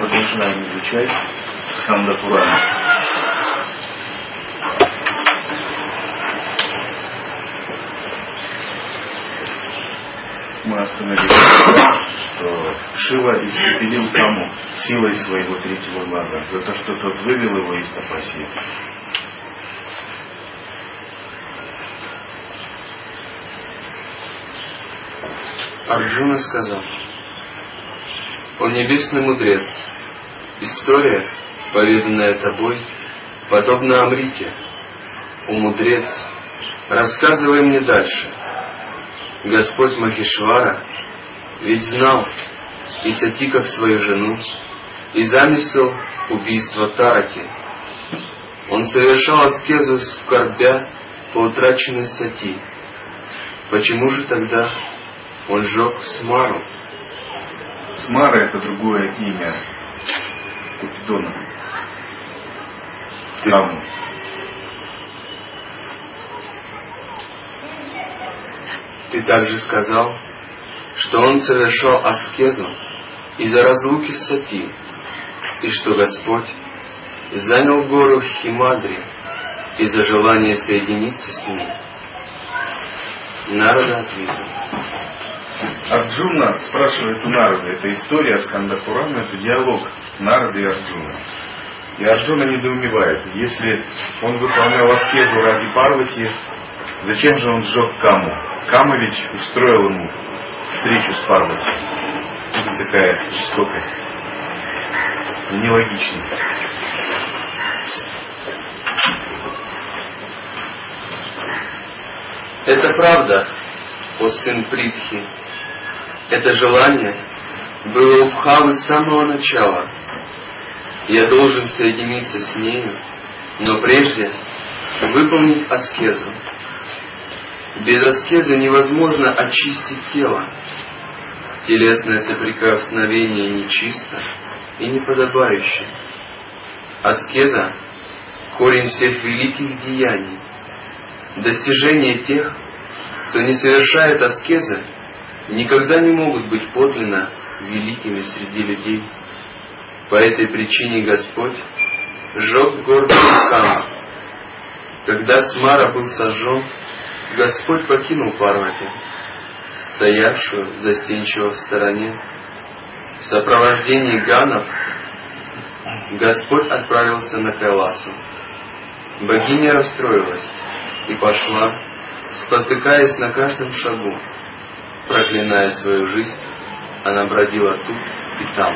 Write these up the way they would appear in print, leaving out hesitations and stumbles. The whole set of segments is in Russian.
продолжаем изучать Сканда Пурана. Мы остановились, что Шива испепелил Каму силой своего третьего глаза за то, что тот вывел его из тапасии. Арджуна сказал: «О небесный мудрец, история, поведанная тобой, подобна Амрите. О мудрец, рассказывай мне дальше. Господь Махешвара ведь знал и Сати как свою жену, и замысел убийства Тараки. Он совершал аскезу, скорбя по утраченной Сати. Почему же тогда он сжег Смару?» Смара — это другое имя Купидона. Каму. Ты также сказал, что он совершал аскезу из-за разлуки с Сати, и что Господь занял гору Химадри из-за желания соединиться с ней. Нарада ответил. Арджуна спрашивает у Нарады. Это история Сканда Пурана, это диалог Нарады и Арджуна. И Арджуна недоумевает. Если он выполнял аскезу ради Парвати, зачем же он сжег Каму? Кама ведь устроил ему встречу с Парвати. Это такая жестокость, нелогичность. Это правда, о сын Притхи. Это желание было у Бхавы с самого начала. Я должен соединиться с нею, но прежде выполнить аскезу. Без аскезы невозможно очистить тело. Телесное соприкосновение нечисто и неподобающе. Аскеза — корень всех великих деяний. Достижения тех, кто не совершает аскезы, никогда не могут быть подлинно великими среди людей. По этой причине Господь сжег гору Каму. Когда Смара был сожжен, Господь покинул Парвати, стоявшую застенчиво в стороне. В сопровождении ганов Господь отправился на Кайласу. Богиня расстроилась и пошла, спотыкаясь на каждом шагу. Проклиная свою жизнь, она бродила тут и там.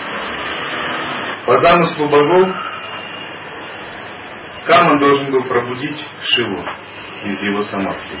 По замыслу богов, Кама должен был пробудить Шиву из его самадхи.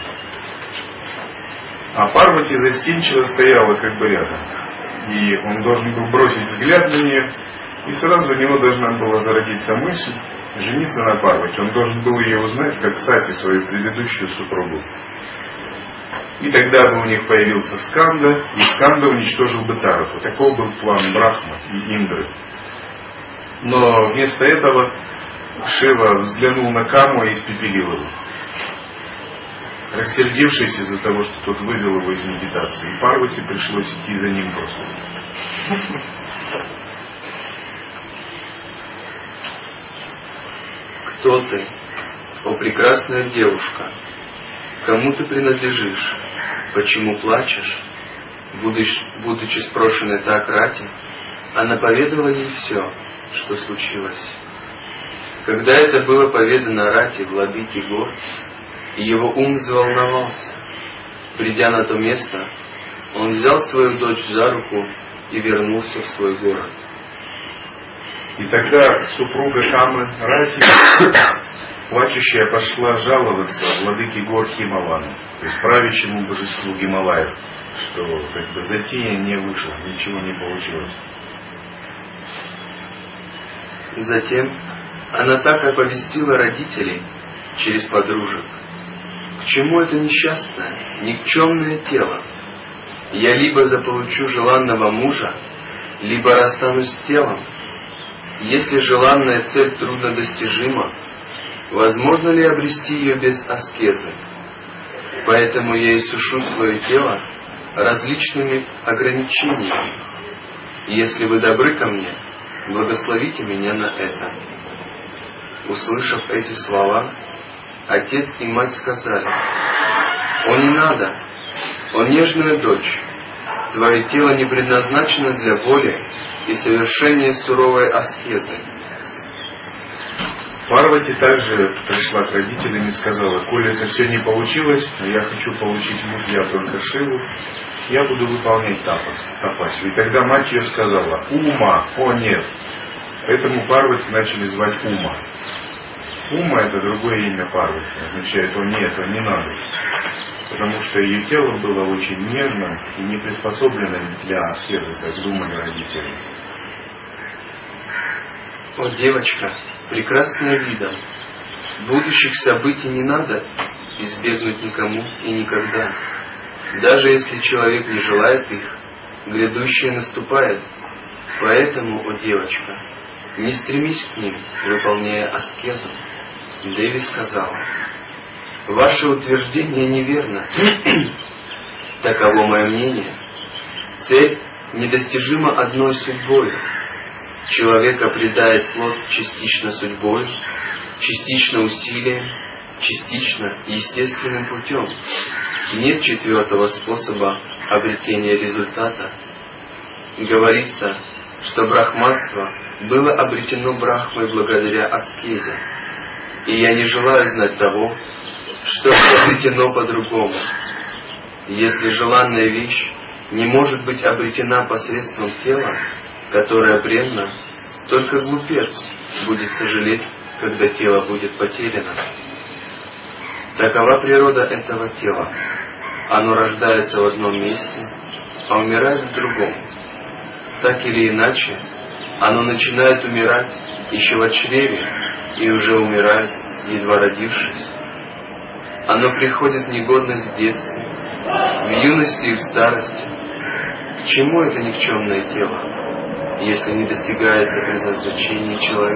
А Парвати застенчиво стояла как бы рядом. И он должен был бросить взгляд на нее, и сразу у него должна была зародиться мысль жениться на Парвати. Он должен был ее узнать как Сати, свою предыдущую супругу. И тогда бы у них появился Сканда, и Сканда уничтожил бы Тараку. Таков был план Брахмы и Индры. Но вместо этого Шива взглянул на Каму и испепелил его, рассердившись из-за того, что тот вывел его из медитации. И Парвати пришлось идти за ним просто. Кто ты, о прекрасная девушка? Кому ты принадлежишь? Почему плачешь? Будучи спрошенной так Рати, она поведала ей все, что случилось. Когда это было поведано Рати, владыке гор, его ум взволновался. Придя на то место, он взял свою дочь за руку и вернулся в свой город. И тогда супруга Камы Рати, плачущая, пошла жаловаться владыке гор Химавану, то есть правящему божеству Гималаев, что как бы затея не вышла, ничего не получилось. Затем она так оповестила родителей через подружек. К чему это несчастное, никчемное тело? Я либо заполучу желанного мужа, либо расстанусь с телом. Если желанная цель труднодостижима, возможно ли обрести ее без аскезы? Поэтому я иссушу свое тело различными ограничениями. Если вы добры ко мне, благословите меня на это». Услышав эти слова, отец и мать сказали: «О, не надо! О, нежная дочь! Твое тело не предназначено для боли и совершения суровой аскезы». Парвати также пришла к родителям и сказала: «Коли это все не получилось, а я хочу получить мужья только Шиву, я буду выполнять тапасию». И тогда мать ее сказала: «Ума! О, нет!» Поэтому Парвати начали звать Ума. Ума — это другое имя Парвати, означает «о нет, о не надо», потому что ее тело было очень нервным и не приспособленным для аскезы, как думали родители. «О, девочка, прекрасная видом, будущих событий не надо избегнуть никому и никогда. Даже если человек не желает их, грядущее наступает. Поэтому, о девочка, не стремись к ним, выполняя аскезу». Деви сказала: «Ваше утверждение неверно. Таково мое мнение. Цель недостижима одной судьбой. Человек обретает плод частично судьбой, частично усилием, частично естественным путем. Нет четвертого способа обретения результата. Говорится, что брахманство было обретено Брахмой благодаря аскезе. И я не желаю знать того, что обретено по-другому. Если желанная вещь не может быть обретена посредством тела, которое бренно, только глупец будет сожалеть, когда тело будет потеряно. Такова природа этого тела. Оно рождается в одном месте, а умирает в другом. Так или иначе, оно начинает умирать еще в чреве и уже умирает, едва родившись. Оно приходит в негодность в детстве, в юности и в старости. К чему это никчемное тело, если не достигается предназначения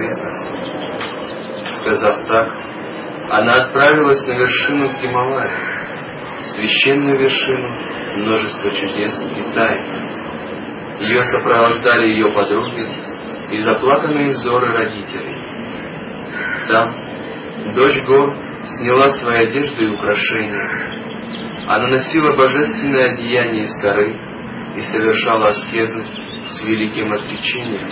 человека? Сказав так, она отправилась на вершину Гималая, священную вершину множества чудес и тайн. Ее сопровождали ее подруги и заплаканные взоры родителей. Там дочь гор сняла свои одежды и украшения. Она носила божественное одеяние из коры и совершала аскезу с великим отречением.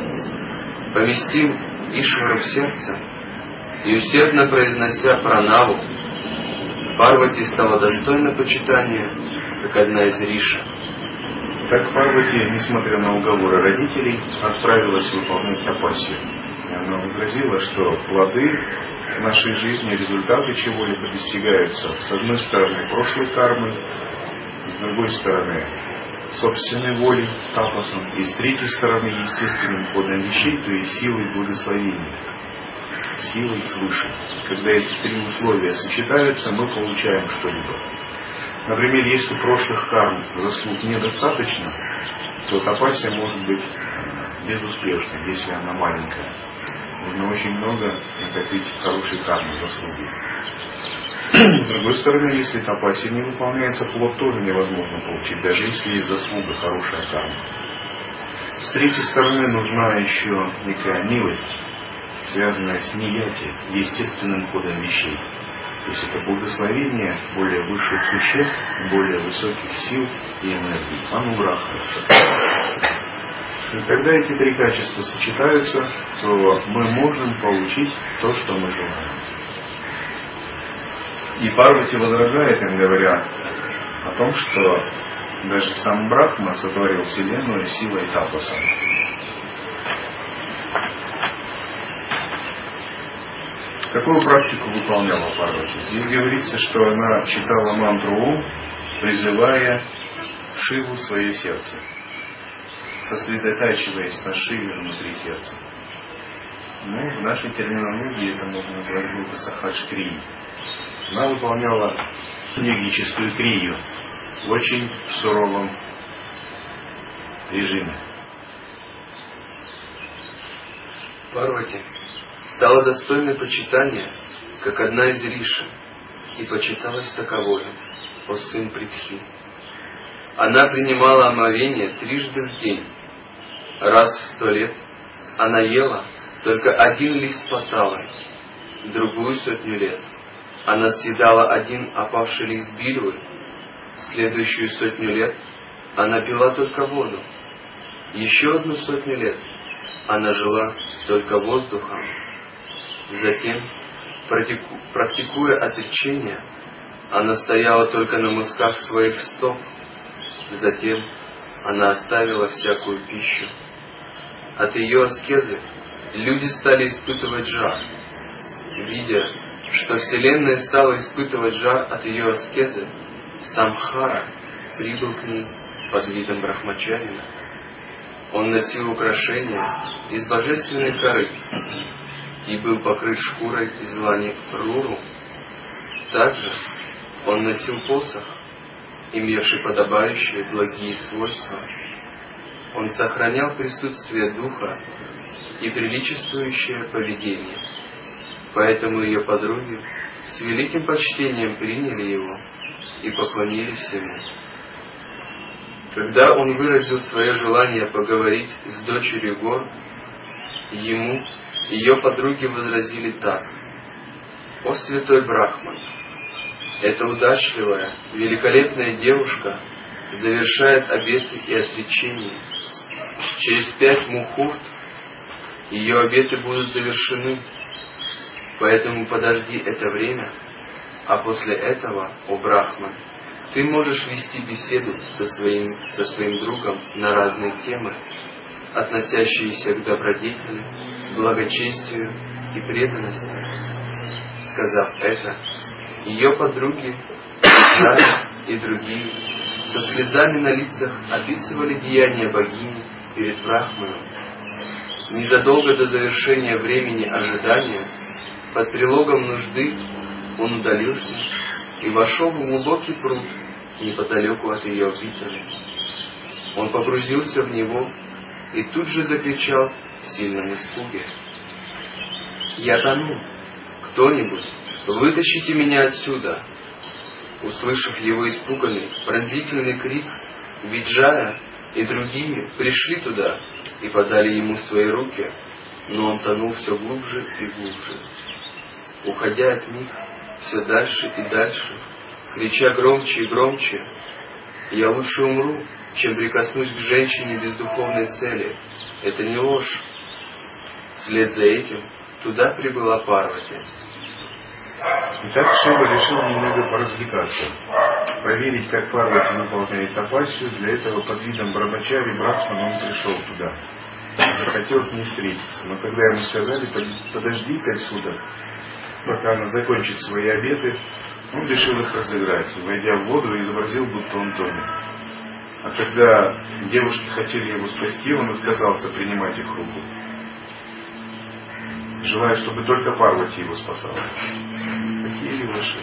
Поместив Ишвару в сердце и усердно произнося пранаву, Парвати стала достойна почитания, как одна из риши. Так Парвати, несмотря на уговоры родителей, отправилась выполнять тапасию. И она возразила, что плоды нашей жизни, результаты чего-либо достигаются, с одной стороны, прошлой кармой, с другой стороны, собственной волей, тапасом, и с третьей стороны, естественным ходом вещей, то есть силой благословения, силой свыше. Когда эти три условия сочетаются, мы получаем что-либо. Например, если прошлых карм заслуг недостаточно, то тапасия может быть безуспешной, если она маленькая. Нужно очень много накопить хорошей кармы, заслуги. С другой стороны, если тапасия не выполняется, плод тоже невозможно получить, даже если есть заслуга, хорошая карма. С третьей стороны, нужна еще некая милость, связанная с нияти, естественным ходом вещей. То есть это благословение более высших существ, более высоких сил и энергий. Ануграха. И когда эти три качества сочетаются, то мы можем получить то, что мы желаем. И Парвати возражает им, говоря о том, что даже сам Брахма сотворил Вселенную силой тапаса. Какую практику выполняла Парвати? Здесь говорится, что она читала мантру Ом, призывая Шиву в свое сердце, сосредотачиваясь на Шиве внутри сердца. Ну, в нашей терминологии это можно назвать группой Сахадж Крии. Она выполняла йогическую крию в очень суровом режиме. Парвати стала достойной почитания, как одна из риши, и почиталась таковою, о сын Притхи. Она принимала омовение трижды в день, раз в 100 лет Она ела только 1 лист паталы, другую 100 лет. Она съедала 1 опавший лист бильвы, следующую 100 лет она пила только воду. Еще 1 100 лет она жила только воздухом. Затем, практикуя отречение, она стояла только на мысках своих стоп. Затем она оставила всякую пищу. От ее аскезы люди стали испытывать жар. Видя, что Вселенная стала испытывать жар от ее аскезы, Самхара прибыл к ней под видом брахмачарина. Он носил украшения из божественной коры и был покрыт шкурой из лани руру. Также он носил посох, имевший подобающие благие свойства. Он сохранял присутствие духа и приличествующее поведение. Поэтому ее подруги с великим почтением приняли его и поклонились ему. Когда он выразил свое желание поговорить с дочерью гор, ему ее подруги возразили так: «О святой Брахман! Эта удачливая, великолепная девушка завершает обеты и отречения. Через 5 мухурт ее обеты будут завершены. Поэтому подожди это время, а после этого, о Брахман, ты можешь вести беседу со своим другом на разные темы, относящиеся к добродетели, благочестию и преданности». Сказав это, ее подруги, Жара и другие, со слезами на лицах описывали деяния богини перед Брахманом. Незадолго до завершения времени ожидания, под прилогом нужды, он удалился и вошел в глубокий пруд неподалеку от ее обители. Он погрузился в него и тут же закричал в сильном испуге: «Я тону! Кто-нибудь, вытащите меня отсюда!» Услышав его испуганный, пронзительный крик, Виджая и другие пришли туда и подали ему свои руки, но он тонул все глубже и глубже. Уходя от них все дальше и дальше, крича громче и громче: «Я лучше умру, чем прикоснусь к женщине без духовной цели. Это не ложь». Вслед за этим туда прибыла Парвати. Итак, Шива решил немного поразвлекаться, проверить, как Парвати выполняет тапасию. Для этого под видом Брахмачари Брахмана он пришел туда. Захотел с ней встретиться, но когда ему сказали: «Подожди 5 суток, пока она закончит свои обеты», он решил их разыграть, и, войдя в воду, изобразил, будто он тонет. А когда девушки хотели его спасти, он отказался принимать их руку, желая, чтобы только Парвати его спасала. Такие леваши.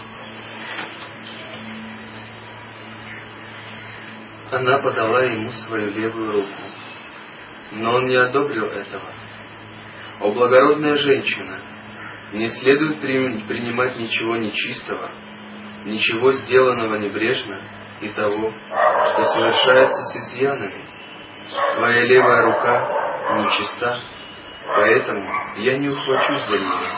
Она подала ему свою левую руку, но он не одобрил этого. «О благородная женщина! Не следует принимать ничего нечистого, ничего сделанного небрежно и того, что совершается с изъянами. Твоя левая рука нечиста, поэтому я не ухвачусь за нее».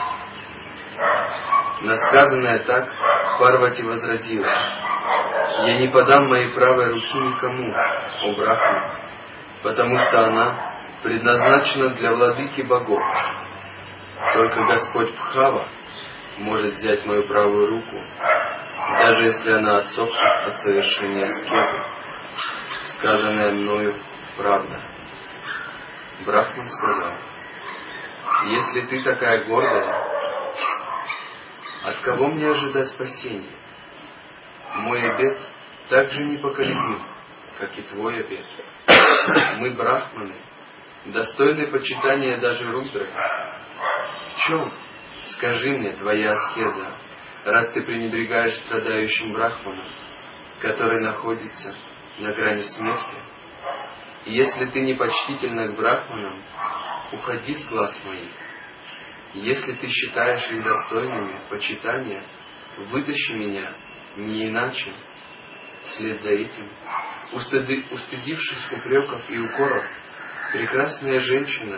На сказанное так Парвати возразила: «Я не подам моей правой руки никому, о Брахман, потому что она предназначена для владыки богов. Только Господь Бхава может взять мою правую руку, даже если она отсохнет от совершения аскезы. Сказанное мною правда». Брахман сказал: «Если ты такая гордая, от кого мне ожидать спасения? Мой обет так же непоколебим, как и твой обет. Мы, брахманы, достойны почитания даже Рудры. В чем, скажи мне, твоя аскеза, раз ты пренебрегаешь страдающим брахманом, который находится на грани смерти? И если ты непочтительна к брахманам, уходи с глаз моих. Если ты считаешь их достойными почитания, вытащи меня, не иначе». Вслед за этим, устыдившись упреков и укоров, прекрасная женщина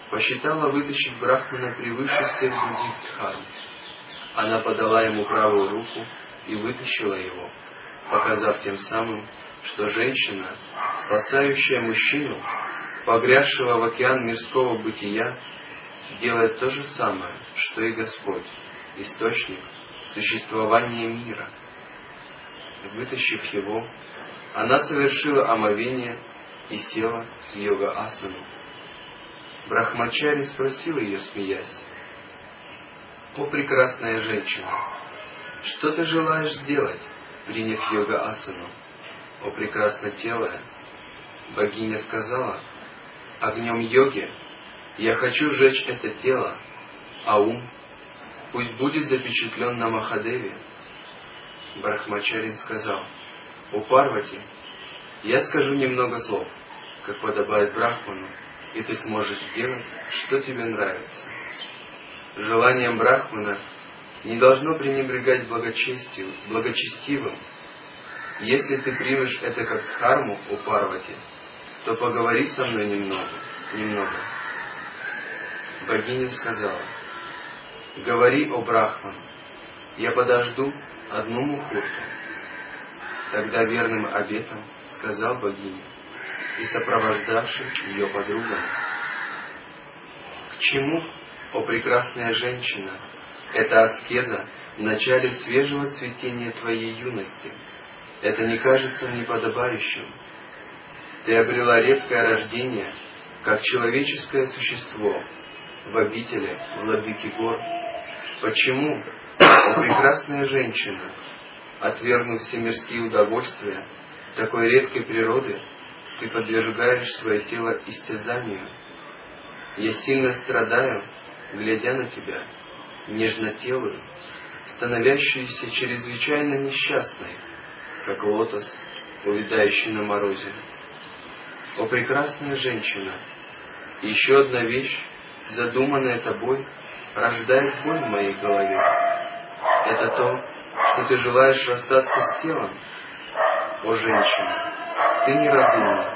посчитала вытащить Брахмана превыше всех других дхарм. Она подала ему правую руку и вытащила его, показав тем самым, что женщина, спасающая мужчину, погрязшего в океан мирского бытия, делает то же самое, что и Господь, источник существования мира. Вытащив его, она совершила омовение и села в йога-асану. Брахмачари спросил ее, смеясь: «О прекрасная женщина, что ты желаешь сделать, приняв йога-асану? О прекраснотелая!» Богиня сказала: «Огнем йоги я хочу сжечь это тело, а ум пусть будет запечатлен на Махадеве». Брахмачарин сказал: «О Парвати, я скажу немного слов, как подобает Брахману, и ты сможешь сделать, что тебе нравится. Желанием Брахмана не должно пренебрегать благочестивым. Если ты примешь это как дхарму, о Парвати, то поговори со мной немного». Богиня сказала: «Говори, о Брахман, я подожду одну мухурту». Тогда верным обетом сказал богиня и сопровождавшим ее подругам: «К чему, о прекрасная женщина, эта аскеза в начале свежего цветения твоей юности? Это не кажется мне подобающим. Ты обрела редкое рождение, как человеческое существо, в обители владыки гор. Почему, о прекрасная женщина, отвергнув все мирские удовольствия такой редкой природы, ты подвергаешь свое тело истязанию? Я сильно страдаю, глядя на тебя, нежнотелую, становящуюся чрезвычайно несчастной, как лотос, увядающий на морозе. О прекрасная женщина, еще одна вещь, задуманная тобой, рождает боль в моей голове. Это то, что ты желаешь расстаться с телом. О женщина, ты неразумна.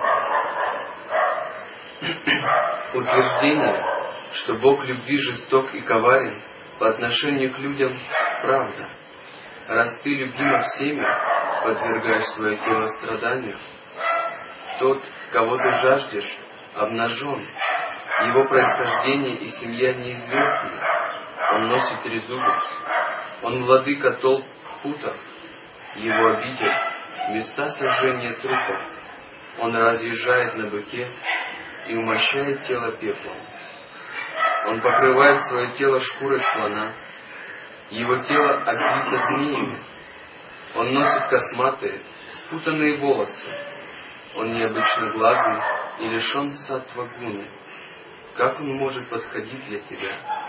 Утверждение, что Бог любви жесток и коварен по отношению к людям, правда. Раз ты любима всеми, подвергаешь свое тело страданию. Тот, кого ты жаждешь, обнажен. Его происхождение и семья неизвестны. Он носит трезубец. Он владыка толп путов. Его обитель — места сожжения трупов. Он разъезжает на быке и умощает тело пеплом. Он покрывает свое тело шкурой слона. Его тело обвито змеями. Он носит косматые, спутанные волосы. Он необычно глазый и лишен саттва-гуны. Как он может подходить для тебя?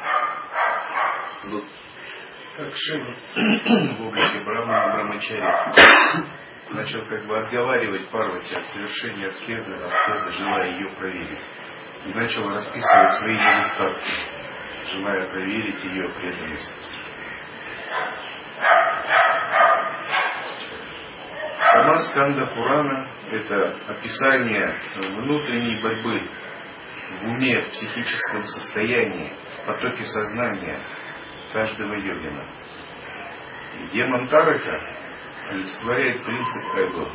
Как Шива в облике Брахмачари начал как бы отговаривать Парвати от совершения аскезы, желая ее проверить. И начал расписывать свои недостатки, желая проверить ее преданность. Сама Сканда Пурана — это описание внутренней борьбы в уме, в психическом состоянии, в потоке сознания каждого йогина. И демон Тарака олицетворяет принцип эго.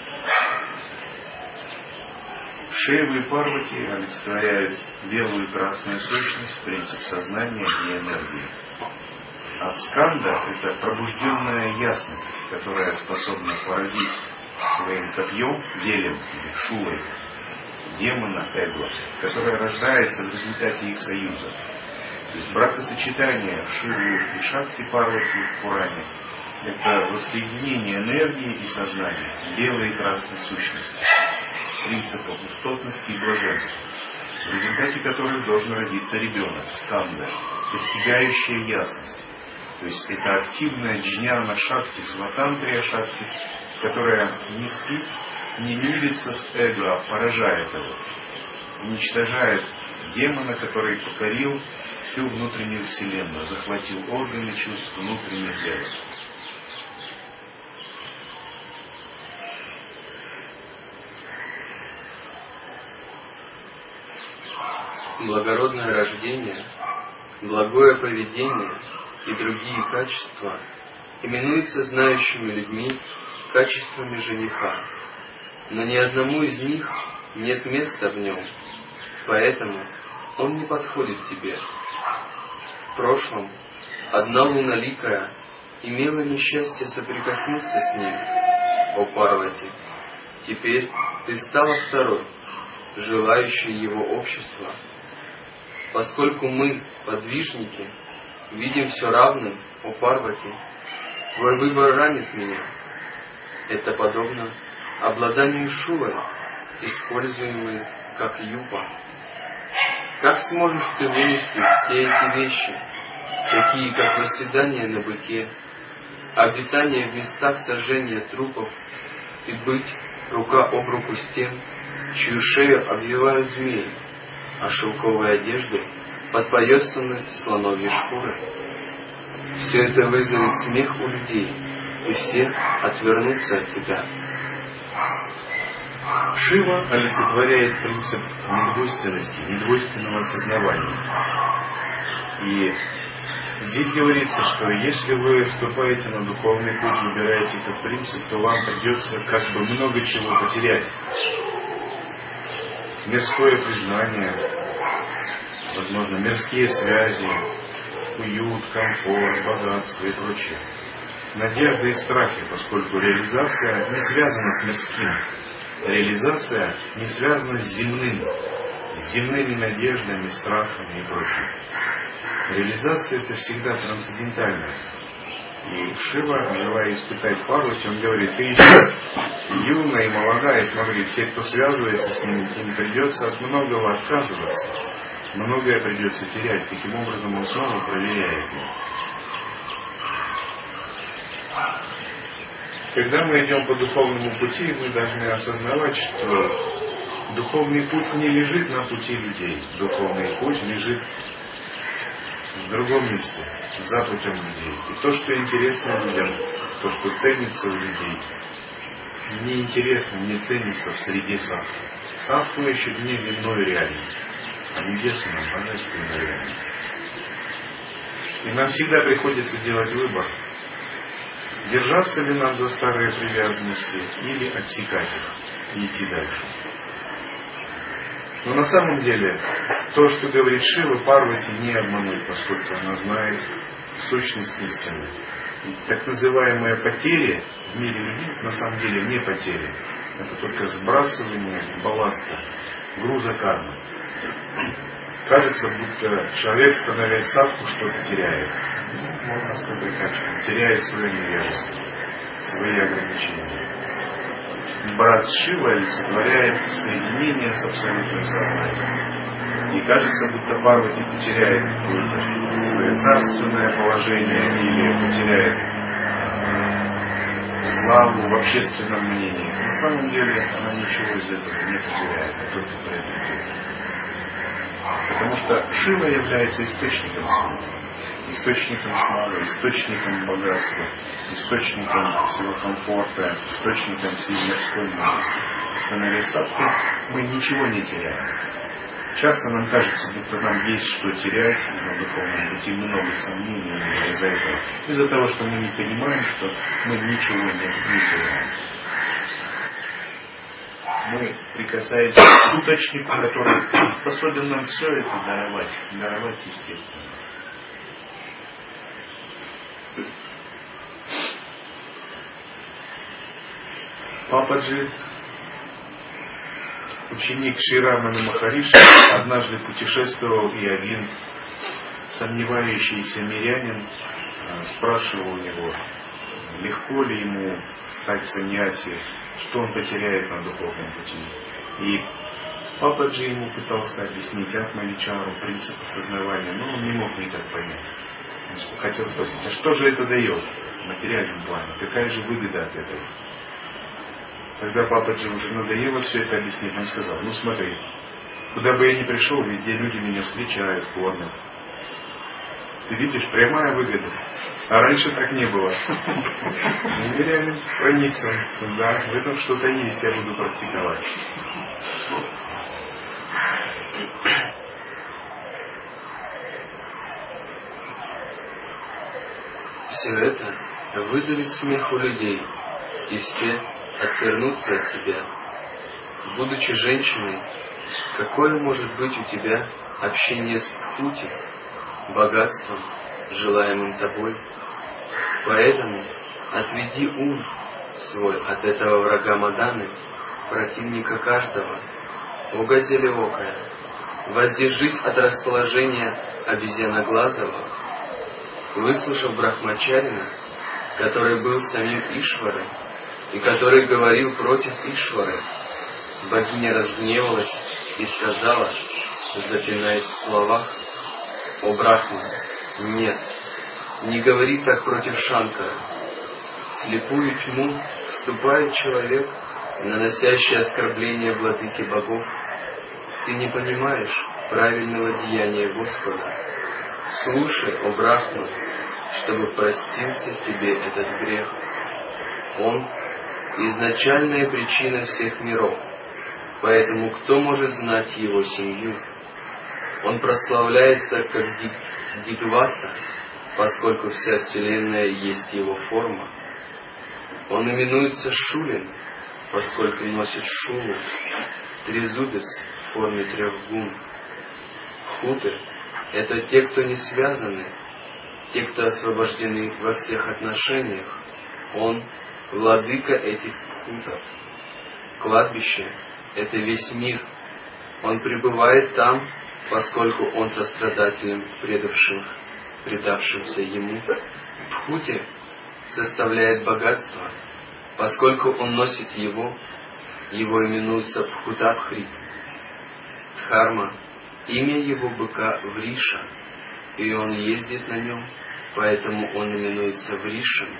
Шива и Парвати олицетворяют белую и красную сущность, принцип сознания и энергии. А Сканда — это пробужденная ясность, которая способна поразить своим копьем, велем или шулой демона эго, которая рождается в результате их союза. То есть бракосочетание Шивы и Шакти Парвати в Пуране — это воссоединение энергии и сознания, белой и красной сущности, принципа пустотности и блаженства, в результате которых должен родиться ребенок, Сканда, достигающая ясности. То есть это активная джняна шакти, сватантрия шакти, которая не спит, не мирится с эго, а поражает его, уничтожает демона, который покорил всю внутреннюю вселенную, захватил органы чувств внутренних дел. благородное рождение, благое поведение и другие качества именуются знающими людьми качествами жениха, но ни одному из них нет места в нем, поэтому он не подходит тебе. В прошлом одна луналикая имела несчастье соприкоснуться с ним, о Парвати. Теперь ты стала второй, желающей его общества. Поскольку мы, подвижники, видим все равным, о Парвати, твой выбор ранит меня. Это подобно обладанию шулой, используемой как юпа. Как сможешь ты вынести все эти вещи, такие как восседание на быке, обитание в местах сожжения трупов и быть рука об руку с тем, чью шею обвивают змеи, а шелковые одежды подпоясаны слоновьей шкурой? Все это вызовет смех у людей, и все отвернутся от тебя. Шива олицетворяет принцип недвойственности, недвойственного осознавания. И здесь говорится, что если вы вступаете на духовный путь, выбираете этот принцип, то вам придется как бы много чего потерять. Мирское признание, возможно, мирские связи, уют, комфорт, богатство и прочее. Надежды и страхи, поскольку реализация не связана с мирским. Реализация не связана с земными надеждами, страхами и прочим. Реализация — это всегда трансцендентальная. И Шива, желая испытать Парвати, он говорит: ты еще юная и молодая, и смотри, все, кто связывается с ним, им придется от многого отказываться, многое придется терять. Таким образом он снова проверяет его. Когда мы идем по духовному пути, мы должны осознавать, что духовный путь не лежит на пути людей. Духовный путь лежит в другом месте, за путем людей. И то, что интересно людям, то, что ценится у людей, не интересно, не ценится в среде садху. Садху ищет не земную реальность, а небесную, божественную реальность. И нам всегда приходится делать выбор, держаться ли нам за старые привязанности или отсекать их и идти дальше. Но на самом деле, то, что говорит Шива, Парвати не обмануть, поскольку она знает сущность истины. И так называемые потери в мире людей на самом деле не потери. Это только сбрасывание балласта, груза кармы. Кажется, будто человек, становясь садху, что-то теряет. Можно сказать так, что он теряет свое невежество, свои ограничения. Брат Шива олицетворяет соединение с абсолютным сознанием. И кажется, будто Парвати потеряет какое-то свое царственное положение или потеряет славу в общественном мнении. На самом деле она ничего из этого не потеряет, а только приобретет. Потому что Шива является источником света, источником славы, источником богатства, источником всего комфорта, источником всей мирской мудрости. Становясь садху, мы ничего не теряем. Часто нам кажется, будто нам есть что терять, на духовном пути много сомнений из-за этого. Из-за того, что мы не понимаем, что мы ничего не теряем. Мы прикасаемся к источнику, который способен нам все это даровать естественно. Пападжи, ученик Шри Рамана Махариши, однажды путешествовал, и один сомневающийся мирянин спрашивал у него, легко ли ему стать саньяси, что он потеряет на духовном пути. И Пападжи ему пытался объяснить атма-вичару, принцип осознавания, но он не мог никак понять. Он хотел спросить, а что же это дает в материальном плане? Какая же выгода от этого? Тогда Пападжи уже надоело все это объяснить. Он сказал, ну смотри, куда бы я ни пришел, везде люди меня встречают, кормят. Ты видишь, прямая выгода. А раньше так не было. И реально проникся. Да, в этом что-то есть, я буду практиковать. Все это вызовет смех у людей, и все отвернутся от тебя. Будучи женщиной, какое может быть у тебя общение с Пхути, богатством, желаемым тобой? Поэтому отведи ум свой от этого врага Маданы, противника каждого. О газелеокая, воздержись от расположения обезьяноглазого. Выслушав Брахмачарина, который был самим Ишварой, и который говорил против Ишвары, богиня разгневалась и сказала, запинаясь в словах: «О Брахман, нет, не говори так против Шанкара. В слепую тьму вступает человек, наносящий оскорбление владыке богов. Ты не понимаешь правильного деяния Господа. Слушай, о Брахман, чтобы простился тебе этот грех. Он — изначальная причина всех миров, поэтому кто может знать его семью? Он прославляется как Дигваса, поскольку вся Вселенная есть его форма. Он именуется Шулин, поскольку носит шулу, трезубец в форме 3 гун. Хуты — это те, кто не связаны, те, кто освобождены во всех отношениях. Он — владыка этих хутов. Кладбище — это весь мир. Он пребывает там, поскольку он сострадателем предавшимся ему. Пхути составляет богатство, поскольку он носит его именуется Пхутабхрит. Дхарма — имя его быка Вриша, и он ездит на нем, поэтому он именуется Вришем.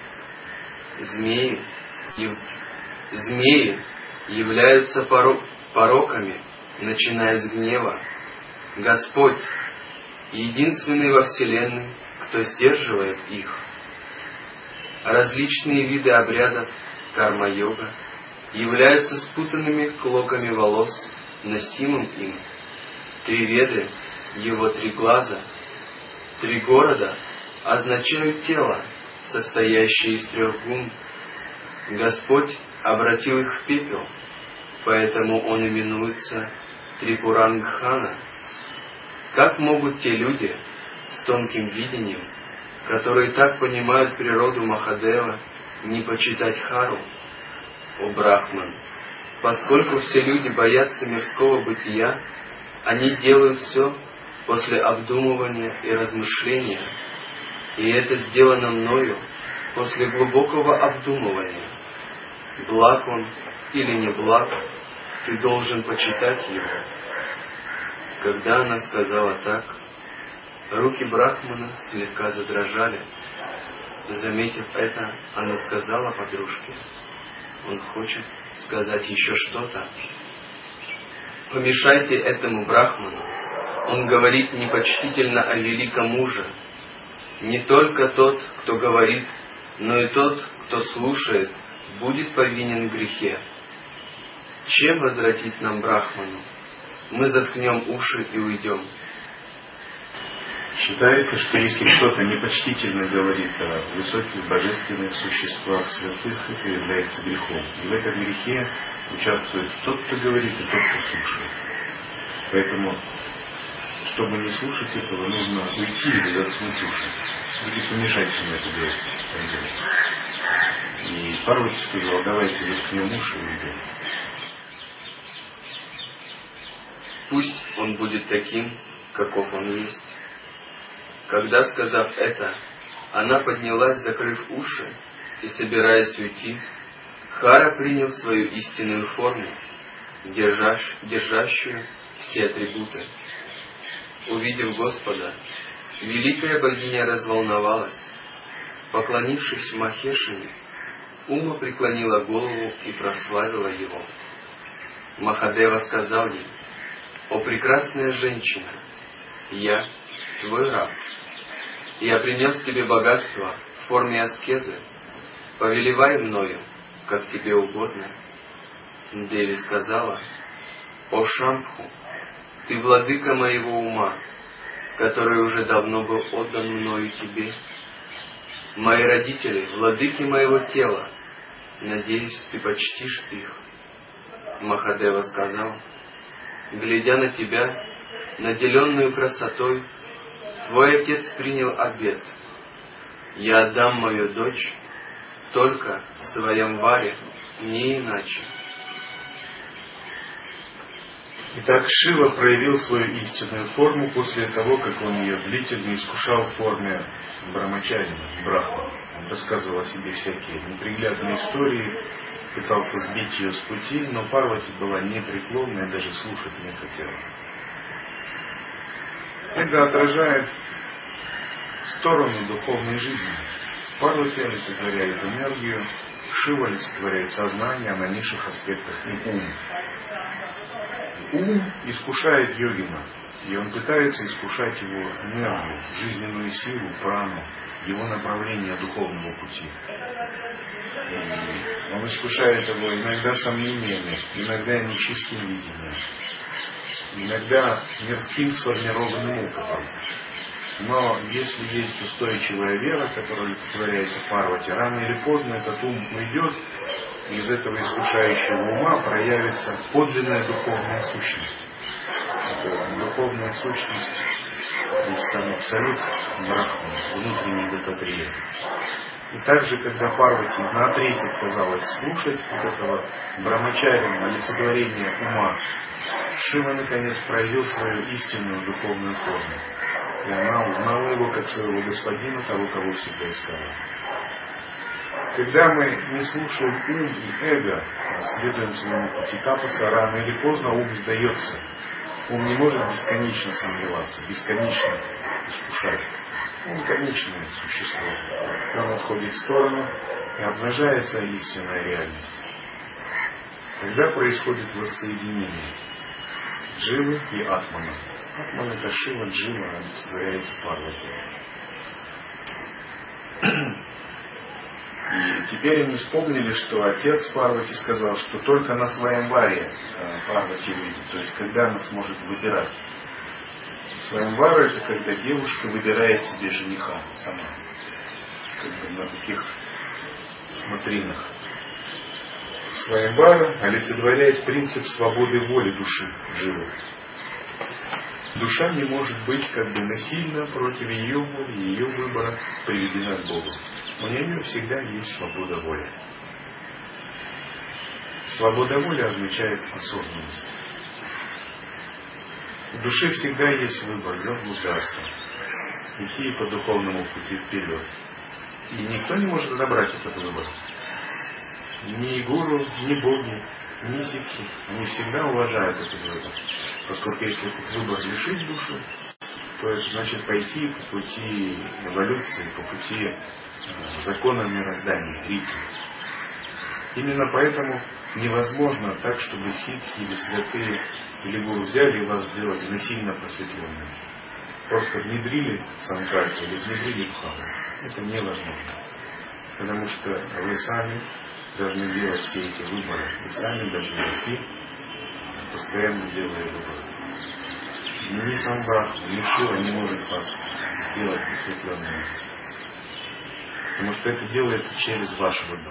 Змеи являются пороками, начиная с гнева. Господь — единственный во Вселенной, кто сдерживает их. Различные виды обрядов карма-йога являются спутанными клоками волос, носимым им. 3 веды — его 3 глаза. 3 города означают тело, состоящее из 3 гун. Господь обратил их в пепел, поэтому он именуется Трипурангхана. Как могут те люди с тонким видением, которые так понимают природу Махадева, не почитать Хару? О Брахман, поскольку все люди боятся мирского бытия, они делают все после обдумывания и размышления, и это сделано мною после глубокого обдумывания. Благ он или не благ, ты должен почитать его. Когда она сказала так, руки Брахмана слегка задрожали. Заметив это, она сказала подружке: он хочет сказать еще что-то. Помешайте этому Брахману. Он говорит непочтительно о великом муже. Не только тот, кто говорит, но и тот, кто слушает, будет повинен в грехе. Чем возвратить нам Брахману? Мы заткнем уши и уйдем. Считается, что если кто-то непочтительно говорит о высоких божественных существах святых, это является грехом. И в этом грехе участвует тот, кто говорит, и тот, кто слушает. Поэтому, чтобы не слушать этого, нужно уйти или заткнуть уши. Или помешать ему это делать. И Парвати сказал: давайте заткнем уши и уйдем. Пусть он будет таким, каков он есть. Когда, сказав это, она поднялась, закрыв уши, и, собираясь уйти, Хара принял свою истинную форму, держащую все атрибуты. Увидев Господа, великая богиня разволновалась. Поклонившись Махешине, Ума преклонила голову и прославила его. Махадева сказал ей: «О прекрасная женщина, я твой раб. Я принес тебе богатство в форме аскезы. Повелевай мною, как тебе угодно». Деви сказала: «О Шамбху, ты владыка моего ума, который уже давно был отдан мною тебе. Мои родители, владыки моего тела, надеюсь, ты почтишь их. Махадева сказал: глядя на тебя, наделенную красотой, твой отец принял обет: я отдам мою дочь только Сваямваре, не иначе. Итак, Шива проявил свою истинную форму после того, как он ее длительно искушал в форме Брамачарина, Брахмы. Он рассказывал о себе всякие неприглядные истории, пытался сбить ее с пути, но Парвати была непреклонна и даже слушать не хотела. Это отражает сторону духовной жизни. Парвати олицетворяет энергию, Шива олицетворяет сознание, а на низших аспектах и ум. Ум искушает йогина, и он пытается искушать его энергию, жизненную силу, прану, его направление духовного пути. И он искушает его иногда сомнениями, иногда нечистым видением, иногда мирским сформированным опытом. Но если есть устойчивая вера, которая олицетворяется Парвати, рано или поздно этот ум уйдет, и из этого искушающего ума проявится подлинная духовная сущность. Это духовная сущность есть сам Абсолют, Брахман, внутренний Дататрея. И также, когда Парвати наотрез отказалась слушать вот этого Брамачарина, олицетворения ума, Шива наконец проявил свою истинную духовную форму. И она узнала его как своего господина, того, кого всегда искала. Когда мы не слушаем ум и эго, а следуем своему пути тапаса, рано или поздно ум сдается. Ум не может бесконечно сомневаться, бесконечно искушать. Он конечное существо. Он отходит в сторону, и обнажается истинная реальность. Тогда происходит воссоединение Дживы и Атмана. Атман — это Шива, Джива олицетворяется Парвати. И теперь они вспомнили, что отец Парвати сказал, что только на Сваямваре Парвати выйдет, то есть когда она сможет выбирать. Сваямвара — это когда девушка выбирает себе жениха сама, как бы на таких смотринах. Сваямвара олицетворяет принцип свободы воли души Дживы. Душа не может быть как бы насильно против ее воли, ее выбора приведена к Богу. У нее всегда есть свобода воли. Свобода воли означает осознанность. У души всегда есть выбор заблуждаться, идти по духовному пути вперед. И никто не может отобрать этот выбор. Ни гуру, ни боги, ни ситхи. Они всегда уважают этот выбор. Поскольку если этот выбор лишить душу, то это значит пойти по пути эволюции, по пути закона мироздания, рити. Именно поэтому невозможно так, чтобы ситхи или святые или гуру взяли и вас сделали насильно просветленными. Просто внедрили санкальпу или внедрили бхаву. Это невозможно. Потому что вы сами должны делать все эти выборы. Вы сами должны идти, постоянно делая выборы. Ни сам Брахма, ни Шива не может вас сделать просветленными. Потому что это делается через ваш выбор.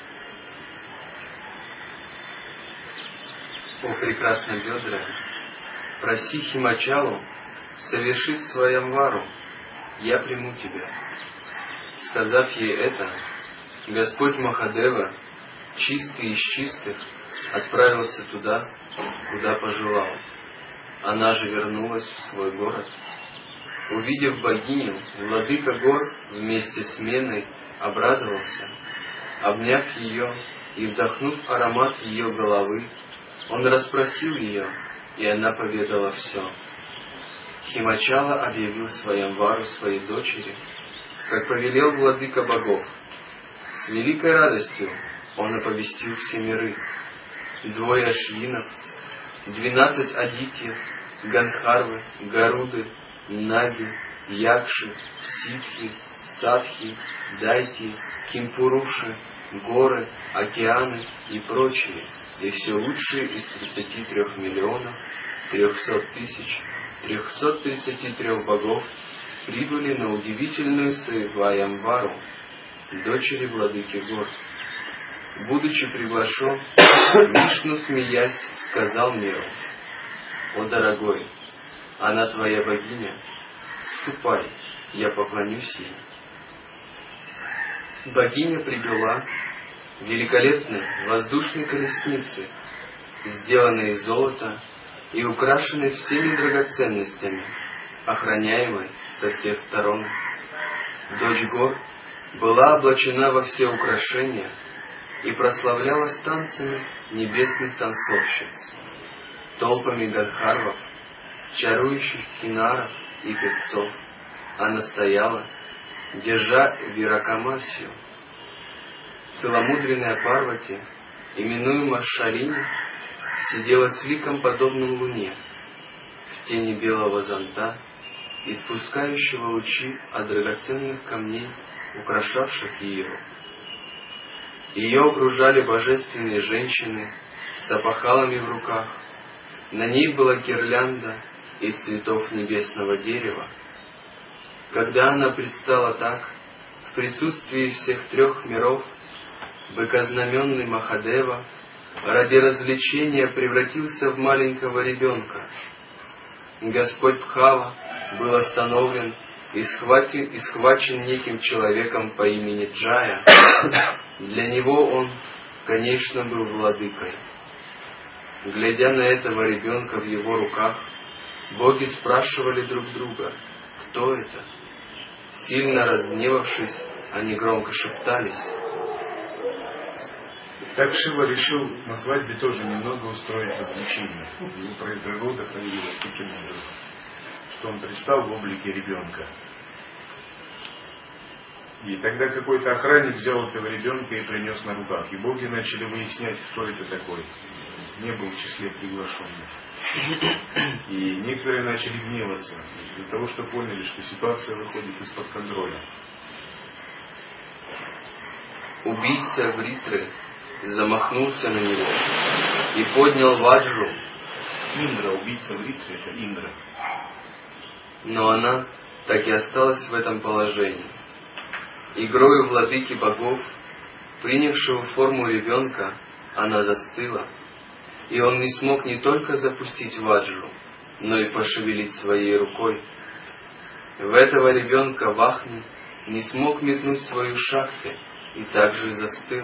О прекрасном бедра, проси Химачалу совершить Сваямвару, я приму тебя. Сказав ей это, Господь Махадева, чистый из чистых, отправился туда, куда пожелал. Она же вернулась в свой город. Увидев богиню, владыка гор вместе с Меной обрадовался. Обняв ее и вдохнув аромат ее головы, он расспросил ее, и она поведала все. Химачала объявил Сваямвару своей дочери, как повелел владыка богов. С великой радостью он оповестил все миры. 2 ашвинов, 12 адитьев, Ганхарвы, Гаруды, Наги, Якши, Ситхи, Садхи, Дайти, Кимпуруши, горы, океаны и прочие, и все лучшие из 33 миллионов 300 тысяч 333 богов прибыли на удивительную Сваямвару дочери владыки гор. Будучи приглашен, Вишну, смеясь, сказал миру: «О, дорогой, она твоя богиня, ступай, я поклонюсь ей». Богиня привела великолепной воздушной колесницы, сделанной из золота и украшенной всеми драгоценностями, охраняемой со всех сторон. Дочь гор была облачена во все украшения и прославлялась танцами небесных танцовщиц, толпами гандхарвов, чарующих кинаров и певцов. Она стояла, держа виракамасию. Целомудренная Парвати, именуемая Шалини, сидела с ликом, подобным луне, в тени белого зонта, испускающего лучи от драгоценных камней, украшавших ее. Ее окружали божественные женщины с опахалами в руках. На ней была гирлянда из цветов небесного дерева. Когда она предстала так, в присутствии всех трех миров, быкознаменный Махадева ради развлечения превратился в маленького ребенка. Господь Бхава был остановлен и схвачен неким человеком по имени Джая. Для него он, конечно, был владыкой. Глядя на этого ребенка в его руках, боги спрашивали друг друга: кто это? Сильно разгневавшись, они громко шептались. Так Шива решил на свадьбе тоже немного устроить развлечение. Его природа проявилась таким образом, что он предстал в облике ребенка. И тогда какой-то охранник взял этого ребенка и принес на руках. И боги начали выяснять, кто это такой. Не был в числе приглашенных. И некоторые начали гневаться из-за того, что поняли, что ситуация выходит из-под контроля. Убийца Вритры замахнулся на него и поднял ваджру. Индра, убийца Вритры, это Индра. Но она так и осталась в этом положении. Игрою владыки богов, принявшего форму ребенка, она застыла, и он не смог не только запустить ваджру, но и пошевелить своей рукой. В этого ребенка Вахни не смог метнуть свою шакти и также застыл.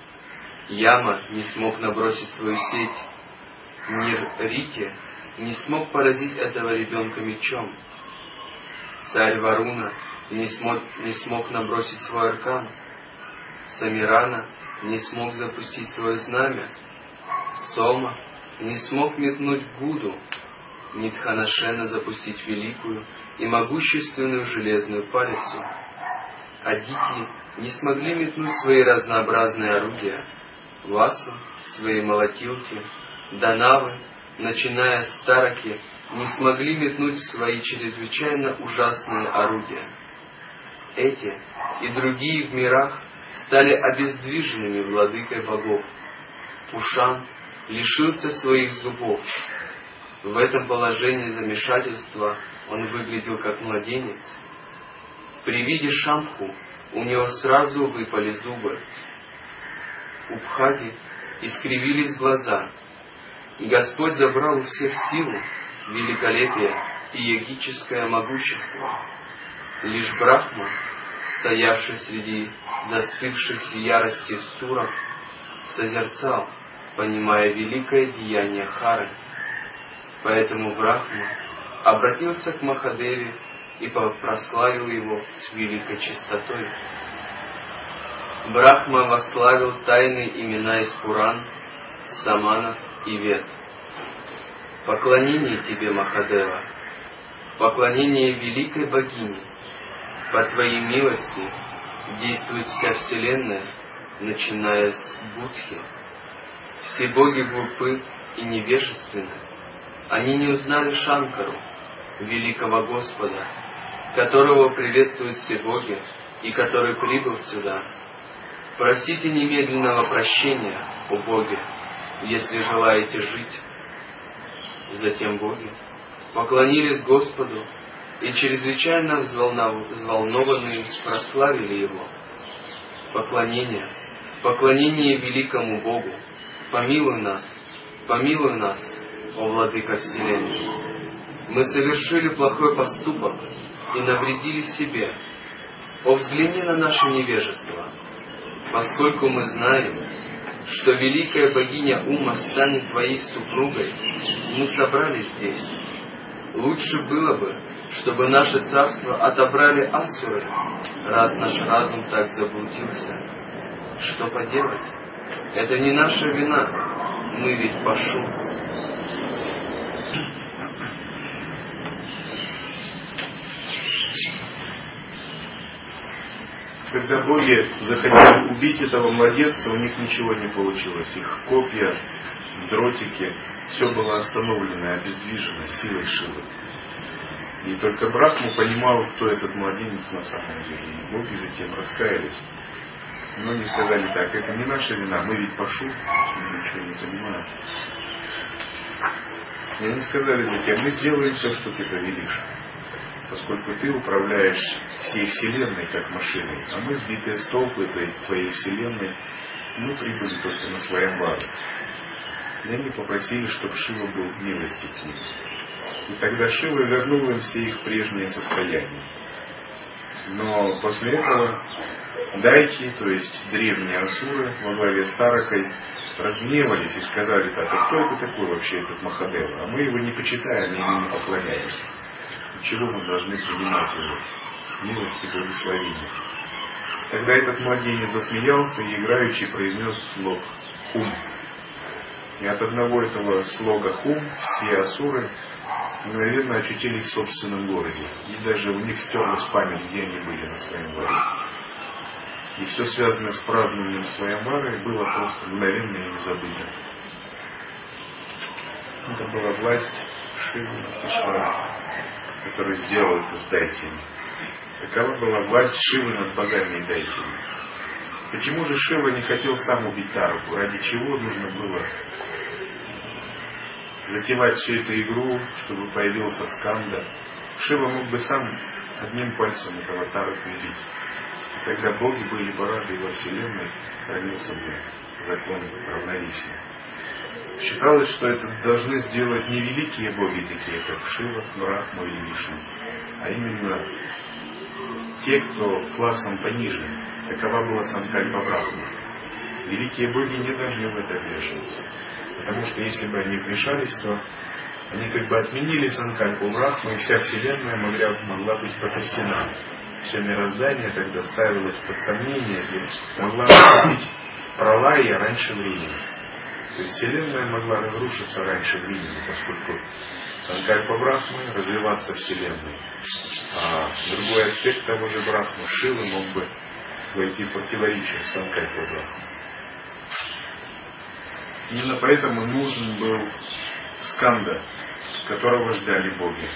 Яма не смог набросить свою сеть. Нир-Рити не смог поразить этого ребенка мечом. Царь Варуна не смог набросить свой аркан. Самирана не смог запустить свое знамя. Сома не смог метнуть Гуду. Нитханашена запустить великую и могущественную железную палицу. Адитьи не смогли метнуть свои разнообразные орудия. Васу свои молотилки. Данавы, начиная с Тараки, не смогли метнуть свои чрезвычайно ужасные орудия. Эти и другие в мирах стали обездвиженными владыкой богов. Пушан лишился своих зубов. В этом положении замешательства он выглядел как младенец. При виде Шамху у него сразу выпали зубы. У Бхаги искривились глаза, и Господь забрал у всех силу, великолепие и йогическое могущество. Лишь Брахма, стоявший среди застывших в ярости суров, созерцал, понимая великое деяние Хары. Поэтому Брахма обратился к Махадеве и прославил его с великой чистотой. Брахма восславил тайные имена из Пуран, Саманов и Вед. Поклонение тебе, Махадева, поклонение великой богине. По твоей милости действует вся вселенная, начиная с Будхи. Все боги глупы и невежественны. Они не узнали Шанкару, великого Господа, которого приветствуют все боги и который прибыл сюда. Просите немедленного прощения, о боги, если желаете жить. Затем боги поклонились Господу и чрезвычайно взволнованные прославили Его. поклонение великому Богу. Помилуй нас, о Владыка Вселенной. Мы совершили плохой поступок и навредили себе. О, взгляни на наше невежество, поскольку мы знаем, что великая богиня Ума станет твоей супругой, мы собрались здесь. Лучше было бы, чтобы наше царство отобрали асуры, раз наш разум так заблудился. Что поделать? Это не наша вина, мы ведь пашу. Когда боги захотели убить этого младенца, у них ничего не получилось. Их копья, дротики, все было остановлено и обездвижено силой Шивы. И только Брахма понимал, кто этот младенец на самом деле. И боги затем раскаялись. Но не сказали так, это не наша вина, мы ведь пашу, мы ничего не понимаем. И они сказали затем, мы сделаем все, что ты повелишь, поскольку ты управляешь всей Вселенной как машиной, а мы, сбитые с толку этой твоей Вселенной, мы прибыли только на Сваямвару. И они попросили, чтобы Шива был милостив к ним. И тогда Шива вернул им все их прежнее состояние. Но после этого Дайти, то есть древние асуры во главе с Таракой, разгневались и сказали так, а кто это такой вообще, этот Махадева? А мы его не почитаем, мы ему не поклоняемся. Чего мы должны принимать его? Милость и благословение. Тогда этот младенец засмеялся и играючи произнес слог «Хум». И от одного этого слога «Хум» все асуры мгновенно очутились в собственном городе. И даже у них стерлась память, где они были на своем городе. И все связанное с празднованием Сваямвары было просто мгновенно ими забыто. Это была власть Шивы Ишвара, который сделал это с дайтями. Такова была власть Шивы над богами и дайтями. Почему же Шива не хотел сам убить Тараку? Ради чего нужно было затевать всю эту игру, чтобы появился Сканда? Шива мог бы сам одним пальцем этого Тараку убить. И тогда боги были бы рады, и во Вселенной хранился бы закон равновесия. Считалось, что это должны сделать не великие боги, такие как Шива, Брахма или Вишну, а именно те, кто классом пониже. Такова была Санкальпа Брахма. Великие боги не должны в это вмешиваться. Потому что если бы они вмешались, то они как бы отменили Санкальпу Брахму, и вся Вселенная могла быть потрясена. Все мироздание тогда ставилось под сомнение и могла наступить пралая раньше времени. То есть Вселенная могла разрушиться раньше времени, поскольку Санкальпа Брахмы развиваться Вселенной. А другой аспект того же Брахмы, Шивы, мог бы войти в противоречие с Санкальпой Брахмы. Именно поэтому нужен был Сканда, которого ждали боги.